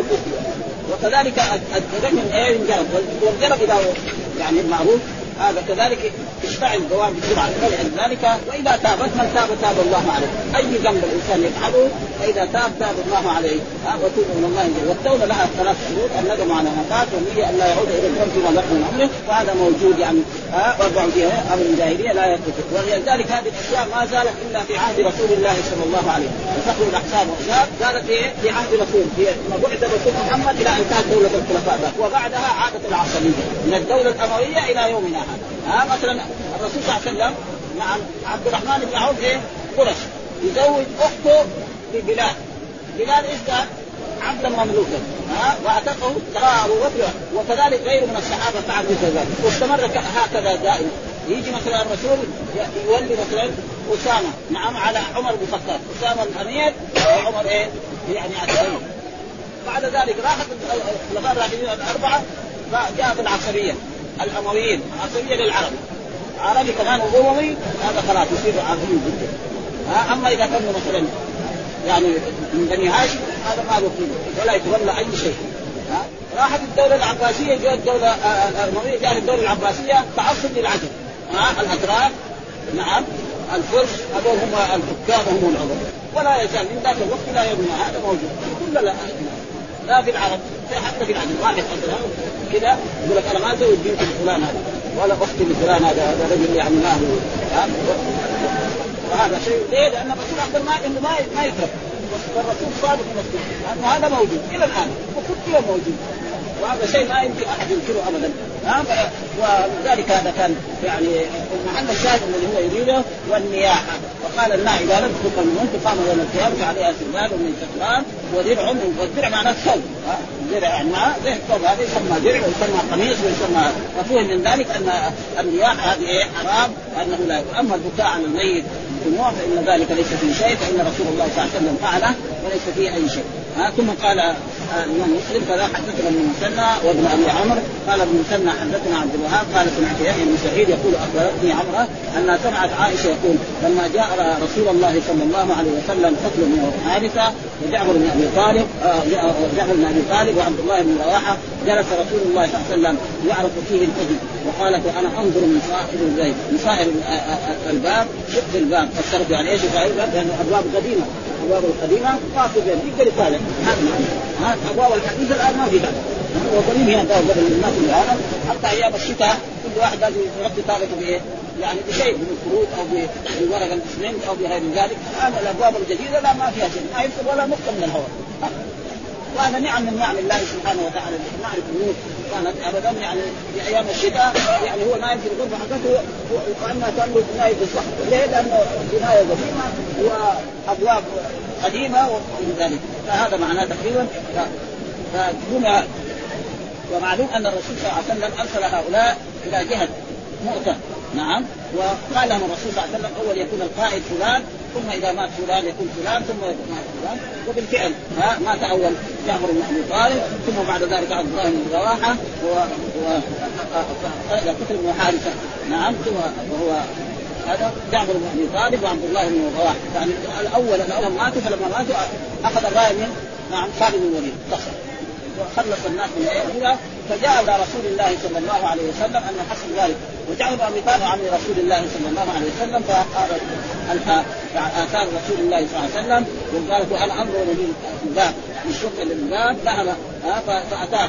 وكذلك الدرع من ايه من جهل، والجرب اذا يعني المعروف هذا كذلك اشفع الجواب بسرعه. ذلك واذا تابت من تاب الله عليه، اي ذنب الانسان يفعله فاذا تاب الله عليه. وتوب من الله جل. والتوبه لها 3 شروط: الندم على ما فات، والنية ان لا يعود الى الذنب فيما بقي من عمره، وهذا موجود يعني. واربع فيها امر الجاهليه لا يترك. ولذلك هذه الاشياء ما زالت الا في عهد رسول الله صلى الله عليه وسلم. فقه الاحساب والحساب زالت في عهد رسول ما بعث الرسول محمد الى ان انتهت دوله الخلفاء، وبعدها عادت العصبيه من الدوله الامويه الى يومنا هذا. مثلا الرسول صلى الله عليه وسلم مع عبد الرحمن بن عوف قرش يزوج اخته في بلاد ايش كان عبدا مملوكا واعتقه وفيه، وكذلك غيره من الصحابه فعل مثل ذلك، واستمر هكذا دائما. يجي مثلا الرسول يولي مثلا اسامه نعم على عمر بن الخطاب، اسامه الامير وعمر يعني عسكري. بعد ذلك راحت الخلفاء الراشدين الاربعه فجاءت العصريه الامويين، عصريه للعرب، عربي كمان واموي، هذا خلاص يصير عظيم جدا. اما اذا كانوا مثلا يعني من بني هاشم هذا ما له قيمه ولا يتولى اي شيء. راحت الدوله العباسيه، جاءت الدوله الامويه، جاءت الدوله العباسيه تعصب للعجم. الاتراك نعم الفرس هذول هم الحكام وهم العظماء، ولا يزال من ذاك الوقت لا يبنى. هذا موجود كل لا في العرب حتى في العجم. واحد كذا يقول لك انا ما زوج بنت فلان هذا ولا اختي لفلان هذا رجل يعني ما هو. وهذا شيء ليه؟ لان الرسول اخبر ما يترك، والرسول صادق ومصدوق لانه هذا موجود الى الان وكل يوم موجود، وهذا شيء ما يمكن احد ينكره ابدا. ولذلك هذا كان يعني محل الشاهد الذي هو يريده والنياحه. وقال النائح اذا لم تكن المنت قام يوم القيامه عليها سربال من شكران ودرع والدرع معناه الثوب. الدرع يعني زي الثوب هذا يسمى درع ويسمى قميص ويسمى. وفهم من ذلك ان النياحه هذه حرام وانه لا يكون. اما البكاء على الميت بالدموع فان ذلك ليس فيه شيء، فان رسول الله صلى الله عليه وسلم فعله وليس فيه اي شيء. ثم قال الإمام مسلم كذا حدثنا ابن المثنى وابن أبي عمرو قال ابن المثنى حدثنا عبد الوهاب قال سمعت يحيى بن سعيد يقول أخبرتني عمرو أنها سمعت عائشة يقول لما جاء رسول الله صلى الله عليه وسلم قتل بن حارثة وجعفر بن أبي طالب وعبد الله بن رواحة جلس رسول الله صلى الله عليه وسلم يعرف فيه الحزن وقالت أنا أنظر من صاحب البيت من صاحب الباب شق الباب فسرت يعني إيش صاحب الباب؟ لأنه أبواب قديمة الابواب القديمه فاصل يقدر يطالع هذا ابواب الحديث الان ما في ذلك. وقليل هنا قبل الناس الان حتى ايام الشتاء كل واحد لازم يغطي طاقته بايه يعني بشيء من الخروج او بورق الاسمنت او بغير ذلك. الان الابواب الجديده لا ما فيها شيء ما يدخل ولا نقطه من الهواء. وهذا نعم من نعم الله سبحانه وتعالى. نعرف النور كانت ابدا يعني في ايام الشتاء يعني هو نايم في الغرفه حقته وكانها تملك نايم في الصحراء. ليه؟ لانه بنايه قديمه وابواب قديمه ومن ذلك. فهذا معناه تقريبا. ومعلوم ان الرسول صلى الله عليه وسلم ارسل هؤلاء الى جهه مؤتة. نعم. وقال لهم الرسول صلى الله عليه وسلم اول يكون القائد فلان ثم اذا مات فلان يكون فلان ثم يكون فلان. وبالفعل مات اول جعفر بن ابي طالب ثم بعد ذلك عبد الله بن رواحه وقتل بن حارثه. نعم. ثم وهو هذا جعفر بن ابي طالب وعبد الله بن رواحه. يعني الاول ماتوا فلما ماتوا اخذ الرايه من خالد بن الوليد وخلص الناس من الهجرة. فجاء إلى رسول الله صلى الله عليه وسلم أن حصل ذلك وجعل أبي طالب عن رسول الله صلى الله عليه وسلم. فقال آثار رسول الله صلى الله عليه وسلم وقالت أنا أنظر من الباب من الشق للباب ذهب فأتاه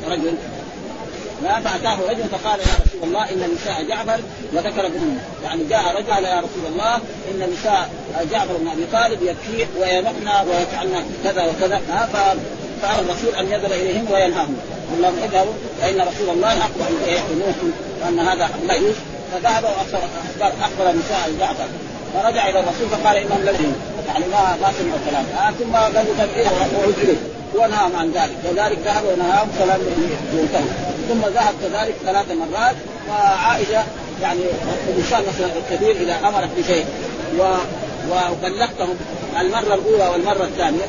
رجل فقال يا رسول الله إن نساء جعفر وذكر بهم يعني جاء رجل يا رسول الله إن نساء جعفر بن أبي طالب يبكي وينقنا ويفعلن كذا وكذا. فأرى الرسول أن يذهب إليهم وينهاهم اللهم اذهبوا فإن رسول الله أخبر نوح وأن هذا لا يوجد. فذهب أخبر نساء جعفر فرجع إلى الرسول فقال إنهم لديهم يعني ما سمعوا الكلام. ثم قالوا وعزلوا ونهاهم عن ذلك. وذلك ذهب ونهاهم فلم ينتهوا. ثم ذهب كذلك 3 مرات. وعائشة يعني الإنسان مثلا الكبير إذا أمرت بشيء وبلغتهم المرة الأولى والمرة الثانية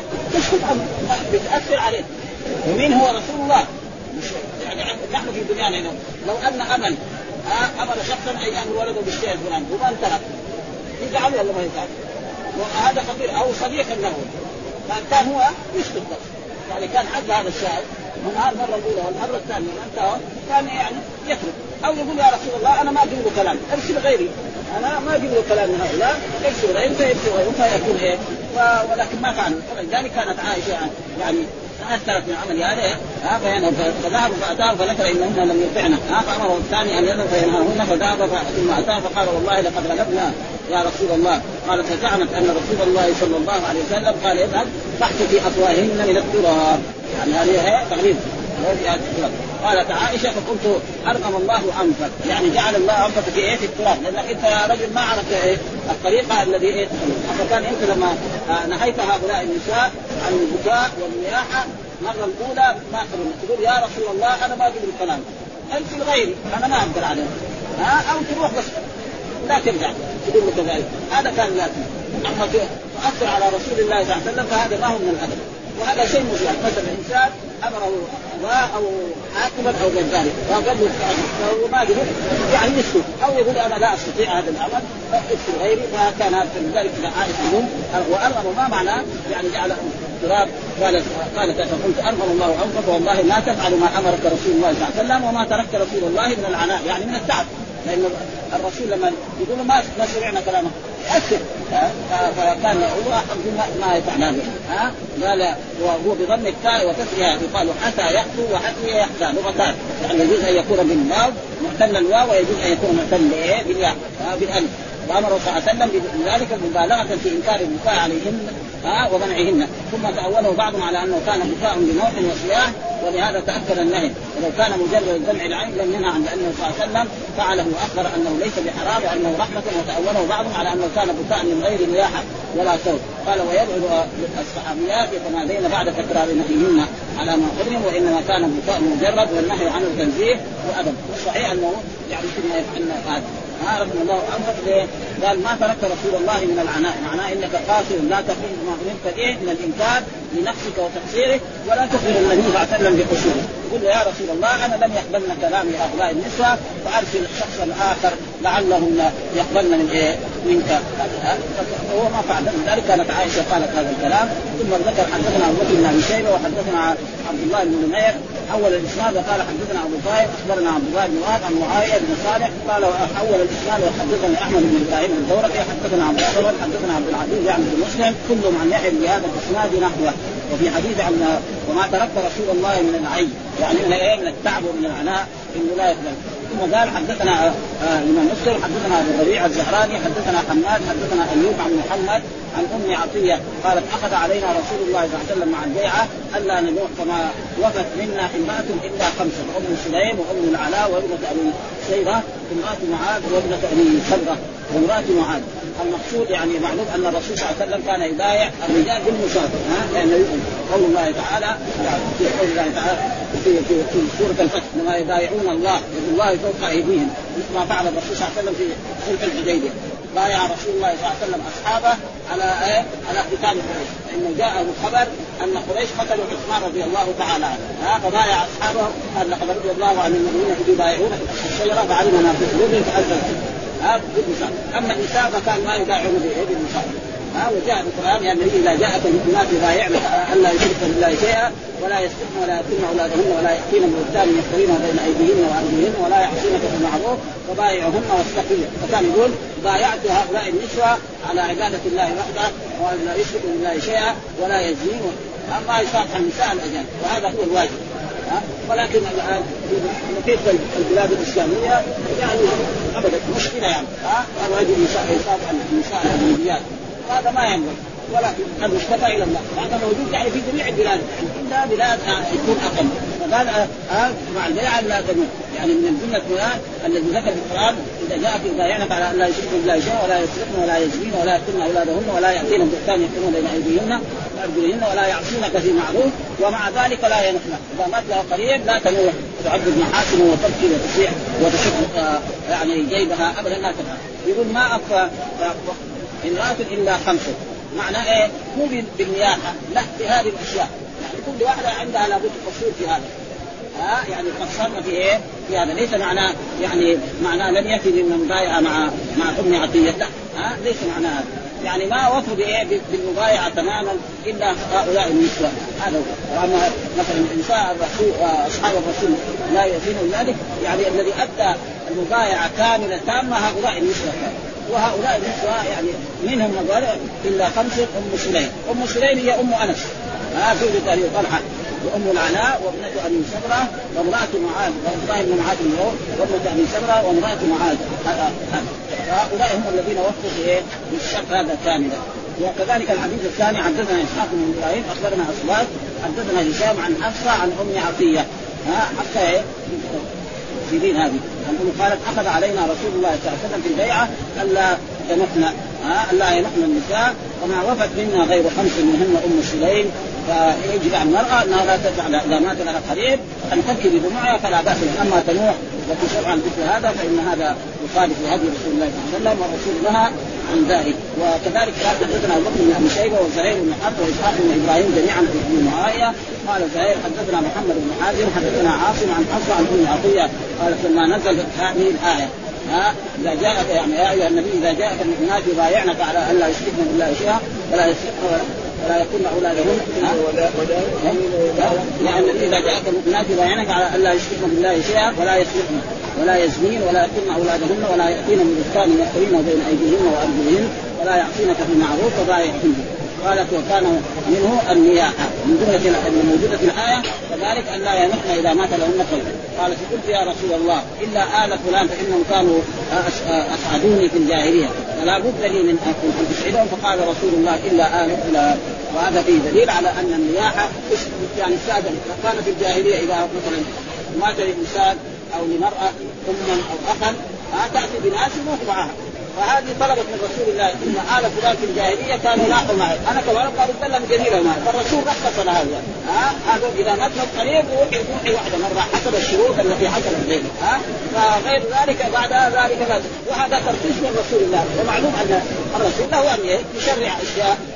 بتأثر عليه. ومين هو رسول الله؟ يعني نحن في دنيانا هنا لو أن أمر شخصا أن يأمر ولده بالشيء الفلاني وما انتهى يزعل ولا ما يزعل؟ وهذا خطير. أو صديقا له كان هو يسكت بس يعني كان حق هذا الشاعر من المرة الأولى والمرة الثانية ما انتهى كان يعني يترك أو يقول يا رسول الله أنا ما أجيب له كلام أرسل غيري أنا ما أجيب له كلام من هؤلاء أرسل غيري فيرسل غيره فيكون إيه. ولكن ما فعلوا. فلذلك كانت عائشة يعني تأثرت من عمل هذا فذهبوا فأتاه فذكر إنهن لم يطعنا. فأمره الثاني أن يذهب فينهاهن فذهب ثم أتاه فقال والله لقد غلبنا يا رسول الله. قالت فزعمت أن رسول الله صلى الله عليه وسلم قال اذهب فاحث في أفواههن من التراب يعني هذه تغليب. قالت عائشة فقلت أرغم الله أنفك يعني جعل الله أنفك في إيه في التراب لأنك أنت يا رجل ما عرفت إيه الطريقة الذي إيه فكان أنت لما نهيت هؤلاء النساء عن البكاء والنياحة مرة الأولى ما تقول يا رسول الله أنا ما أجيب الكلام أنت غيري أنا ما أقدر عليه أو تروح بس لا ترجع تقول له كذلك. هذا كان لازم. أما تؤثر على رسول الله صلى الله عليه وسلم فهذا ما هو من الأدب وهذا شيء مزعج. مثلا الإنسان أمره أو حاكما أو غير ذلك فقال له وما قدر يعني يسكت أو يقول أنا لا أستطيع هذا العمل فأسكت غيري. فكان ذلك عائشة وأرغم ما معناه يعني جعل التراب. قالت فقلت أرغم الله أنفك والله ما تفعل ما أمرك رسول الله صلى الله عليه وسلم وما تركت رسول الله من العناء يعني من التعب. لأن الرسول لما يقول ما سمعنا كلامه يأثر فكان هو ما يفعل هذا. قال وهو بضم التاء وكسرها يقال حتى يحثو وحتى يحثى لغتان يعني يجوز أن يكون بالواو محتل الواو ويجوز أن يكون محتل بالياء بالألف. وأمر صلى الله عليه وسلم بذلك مبالغة في إنكار البكاء عليهن ومنعهن. ثم تأوله بعضهم على أنه كان بكاء بنوح وصياح ولهذا تأكد النهي. ولو كان مجرد دمع العين لم ينهى عن أنه صلى الله عليه وسلم فعله وأخبر أنه ليس بحرام وأنه رحمة. وتأوله بعضهم على أنه كان بكاء من غير نياحة ولا صوت. قال ويدعو الصحابيات يتمادين بعد تكرار نهيهن على ما قدرهم وإنما كان بكاء مجرد والنهي عنه تنزيه وأدب. والصحيح أنه يعني كنا يفعلنا هذا رحمه الله أنفق. قال ما تركت رسول الله من العناء معناه إنك قاصر لا تقوم بما أمرت به من الإنكار لنفسك وتقصيرك ولا تخبر النبي صلى الله عليه وسلم بقصوره. قل يا رسول الله أنا لم يقبلن كلامي هؤلاء النساء فأرسل شخصا آخر لعلهم يقبلن منك. هو ما فعل ذلك. كانت عائشة قالت هذا الكلام. ثم ذكر حدثنا أبو بكر بن أبي شيبة وحدثنا عبد الله بن نمير حول الاسناد وقال حدثنا ابو طاهر اخبرنا عبد الله بن وهب عن معاويه بن صالح قال حول الاسناد وحدثني احمد بن ابراهيم الدورقي حدثنا عبد الصمد حدثنا عبد العزيز يعني بن مسلم كلهم عن يحيى بهذا الاسناد نحوه. وفي حديث عن وما ترك رسول الله من العي يعني من التعب ومن العناء انه لا يقبل. ثم قال حدثنا الامام مسلم حدثنا ابو ربيعه الزهراني حدثنا حماد حدثنا ايوب عن محمد عن ام عطيه قالت اخذ علينا رسول الله صلى الله عليه وسلم مع البيعه الا ننوح فما وفت منا امراه الا خمسه ام سليم وام العلاء وابنه ابي سيره امراه معاذ وابنه ابي سبره وامراه معاذ. المقصود يعني معلوم ان الرسول صلى الله عليه وسلم كان يبايع الرجال بالمشافهه لانه قول الله تعالى في قول الله تعالى في سوره الفتح انما يبايعون الله يد الله فوق ايديهم مثل ما فعل الرسول صلى الله عليه وسلم في صلح الحديبيه. بايع رسول الله صلى الله عليه وسلم اصحابه على قتال قريش لانه جاءه خبر ان قريش قتلوا عثمان رضي الله تعالى عنه فبايع اصحابه ان لقد رضي الله عن المؤمنين اذ يبايعون الشجره فعلم ما في قلوبهم فانزل اما النساء فكان ما يبايعون بالمصالح. وجاء القرآن يعني إذا جاءت المؤمنات يبايعن ألا يشركن بالله شيئا ولا يسرقن ولا يقتلن أولادهن ولا يأتين بهتان يفترين بين أيديهن وأرجلهن ولا يعصينك بالمعروف فبايعهن واستغفر. فكان يقول بايعت هؤلاء النسوة على عبادة الله وحده ولا يشركن بالله شيئا ولا يزنين ما يصافح النساء الأجانب وهذا هو الواجب. ولكن الآن في البلاد الإسلامية يعني أبدا مشكلة يعني الرجل يصافح النساء الأجنبيات هذا ما ينبغي ولكن المشتكى الى الله هذا موجود يعني في جميع البلاد الا بلاد يكون اقل. فقال مع البيعه لا تنوح يعني من الجمله فلان الذي ذكر في القران اذا جاءك يبايعنك على ان لا يشركوا بالله شيئا ولا يسرقن ولا يزنين ولا يقتلن اولادهن ولا ياتين بهتان يقتلون بين ايديهن وارجلهن ولا يعصونك في معروف ومع ذلك لا ينحن اذا مات له قريب لا تنوح تعبد محاسنه وتبكي وتصيح وتشق يعني جيبها ابدا لا تفعل. يقول ما أكفى امرأة إلا خمسة معناه إيه مو بالنياحة لا في هذه الأشياء يعني كل واحدة عندها لابد قصور في هذا يعني قصرنا في إيه في هذا ليس معناه يعني معناه لم يأتي من مبايعة مع أم عطية ليس معناه هذا يعني ما وفوا بإيه بالمبايعة تماما إلا هؤلاء النسوة هذا هو. وأما مثلا النساء الرسول وأصحاب الرسول لا يفين ذلك يعني الذي أدى المبايعة كاملة تامة هؤلاء النسوة وهؤلاء النسوة يعني منهم مقال إلا خمسة. أم سليم أم سليم هي أم أنس زوجة أبي طلحة وأم العلاء وابنة أبي سبرة وامرأة معاذ وابنة بن معاذ وابنة أبي سبرة وامرأة معاذ هؤلاء هم الذين وفقوا في الشق هذا كاملا. وكذلك الحديث الثاني حدثنا إسحاق بن إبراهيم أخبرنا أصبات حدثنا هشام عن حفصة عن أم عطية حفصة في دين هذه قالت أخذ علينا رسول الله صلى الله عليه وسلم في البيعة ألا تنحن ألا ينحن النساء وما وفت منا غير خمس منهن أم سليم فيجب على المرأة أنها لا تفعل إذا مات لها قريب أن تبكي بدموعها فلا بأس. أما تنوح وتشرع عن مثل هذا فإن هذا يخالف هدي رسول الله صلى الله عليه وسلم والرسول لها عن ذلك. وكذلك قال حدثنا أبو بكر بن أبي شيبة وزهير بن حرب وإسحاق بن إبراهيم جميعا بن معاوية قال زهير حدثنا محمد بن حازم حدثنا عاصم عن حفصة عن أم عطية قالت لما نزلت هذه الآية إذا جاءك يعني يا أيها النبي إذا جاءك المؤمنات يبايعنك على أن لا يشركن بالله شيئا ولا يسرقن ولا يكون أولادهن يعني إذا جاءك المؤمنات يبايعنك على أن لا يشركن بالله شيئا ولا يسرقن ولا يزنين ولا يقتلن أولادهن ولا يأتين ببهتان يفترين بين أيديهن وأرجلهن ولا يعصينك في المعروف فبايعهن. قالت وكان منه النياحة من جملة الموجودة في الآية كذلك أن لا ينحن إذا مات لهن قيد. قالت قلت يا رسول الله إلا آل فلان فإنهم كانوا أسعدوني في الجاهلية فلا بد لي من أن تسعدهم فقال رسول الله إلا آل فلان. وهذا فيه دليل على أن النياحة يعني السادة كان في الجاهلية إذا مثلا مات لإنسان أو لمرأة أما أو أخا تأتي بناس ومعها فهذه طلبت من رسول الله إن آل فلان في الجاهلية كانوا يلاحظوا معي أنا كمان قالوا سلم جميلة معي فالرسول رخص لهذا هذا إذا مات قريب روحي واحدة مرة حسب الشروط التي حصلت بينه فغير ذلك بعد ذلك وهذا ترخيص من رسول الله. ومعلوم أن الرسول له أن يشرع أشياء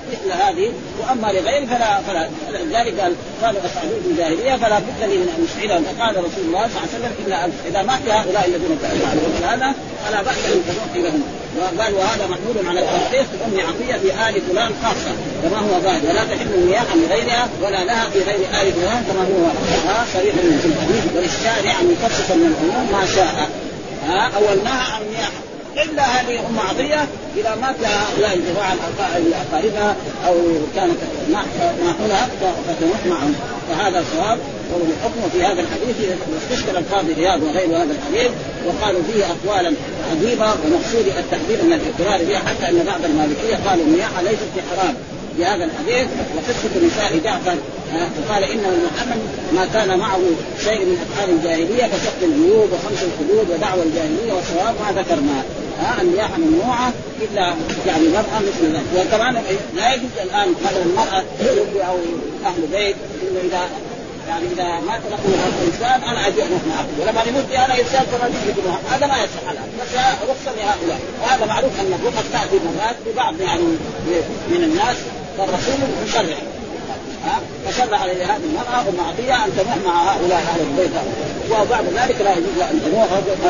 مثل هذه، واما لغير فلا ذلك قالوا اسعدوا بالجاهليه فلا بد لي من ان اشعلهم. فقال رسول الله صلى الله عليه وسلم اذا مات هؤلاء الذين فعلوا هذا فلا باس ان تروح لهم. وقال وهذا محمول على الترخيص ام عطيه في ال فلان خاصه كما هو ظاهر، ولا تحل النياحه لغيرها ولا لها في غير ال فلان كما هو صريح في الحديث. وللشارع ان يخصص من الامور ما شاء او نهى عن النياحه إلا هذه أم عطية إذا مات هؤلاء الجماعة أقاربها أو كانت معها فتموت معهم. فهذا صواب. والحكم في هذا الحديث استشكل القاضي عياض وغير هذا الحديث وقالوا فيه أقوالا عجيبة، ومقصود التحذير من الإقرار بها، حتى أن بعض المالكية قالوا النياحة ليست بحرام بهذا الحديث. وقصة نساء جعفر قال إنه محمد ما كان معه شيء من أفعال الجاهلية كسقط الجيوب وخمس الحدود ودعوى الجاهلية وصواب ما ذكرنا. النياحة ممنوعة إلا يعني المرأة مثل ذلك. وكمان لا يجوز الآن مثلا المرأة أو أهل بيت إذا يعني إذا ما تنقل هذا الإنسان أنا أجي أروح معه ولما يموت أنا إنسان فرادي يجيبها، هذا ما يصح الآن، بس رخصة لهؤلاء. وهذا معروف أن الرخص تأتي مرات ببعض يعني من الناس، فالرسول مشرع فشرع على هذه المرأة ومعطية أن تروح مع هؤلاء أهل البيت. وبعد ذلك لا يجوز أن تروح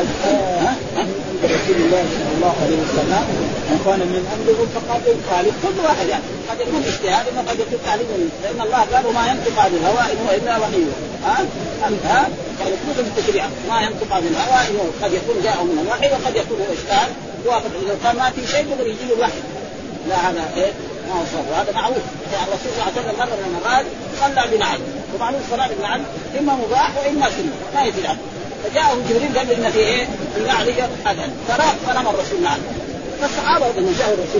رسول الله صلى الله عليه وسلم وكان من أمره فقط خالق كل واحد يعني قد يكون اجتهاد وقد يكون تعليم، لأن الله قال ما ينطق عن الهوى إن هو إلا وحي. فالمفروض التشريع ما ينطق عن الهوى إنه قد يكون جاء من الوحي وقد يكون هو اجتهاد وقد إذا كان ما في شيء يقدر يجيب الوحي. لا هذا ما هو صار، وهذا معروف. يعني الرسول صلى الله عليه وسلم مرة من المرات صلى بنعل، ومعلوم صلاة بنعل إما مباح وإما سنة ما يزيد عنه. فجاءه جبريل قال إن في النعل أذن فراق فنام الرسول نعل. فالصحابة لما جاء الرسول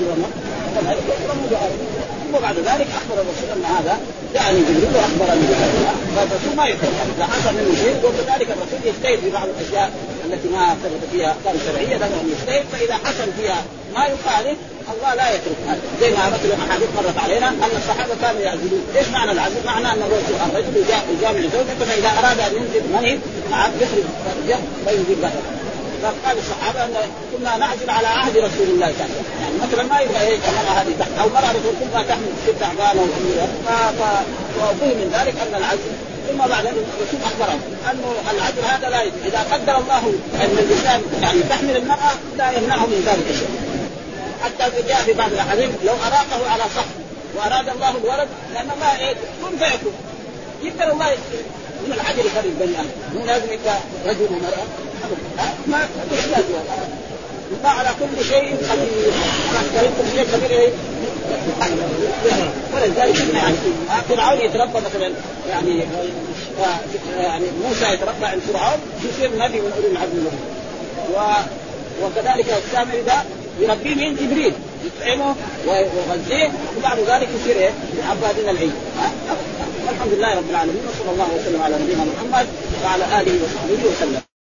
وبعد ذلك أخبر الرسول أن هذا جاءني جبريل وأخبر أن فالرسول ما يفعل لا حصل منه شيء. وكذلك الرسول يجتهد في بعض الأشياء التي ما ثبت فيها أحكام شرعية له أن يجتهد، فإذا حصل فيها ما يخالف الله لا يترك هذا. زي ما مثل أحاديث مرت علينا أن الصحابة كانوا يعزلون. إيش معنى العزل؟ معناه أن الرجل يجامع زوجته فإذا أراد أن ينزل منه يخرج فينزل له. فقال الصحابة أن كنا نعزل على عهد رسول الله صلى الله عليه وسلم. يعني مثلا ما يبغى المرأة هذه تحت أو مرأة رسول كلها تحمل 6 أعبان وفيه من ذلك أن العزل. ثم بعد الرسول أخبرهم أن العزل هذا لا يجوز. إذا قدر الله أن الإنسان يعني تحمل المرأة لا يمنعه من ذلك الشيء. حتى جاء في بعض الأحاديث لو أراقه على صخر وأراد الله الولد لأن الله كن فيكون يقدر الله من العجل يخرج بني آدم. مو لازم يبقى رجل ومرأة ما يحتاج الله على كل شيء قدير. كل شيء قدير ولذلك يعني فرعون يتربى مثلا يعني موسى يتربى عند فرعون يصير نبي من أولي العزم. وكذلك السامري ده يربيه من جبريل يطعمه ويغذيه وبعد ذلك يصير عبادين العيد. الحمد لله رب العالمين وصلى الله وسلم على نبينا محمد وعلى آله وصحبه وسلم.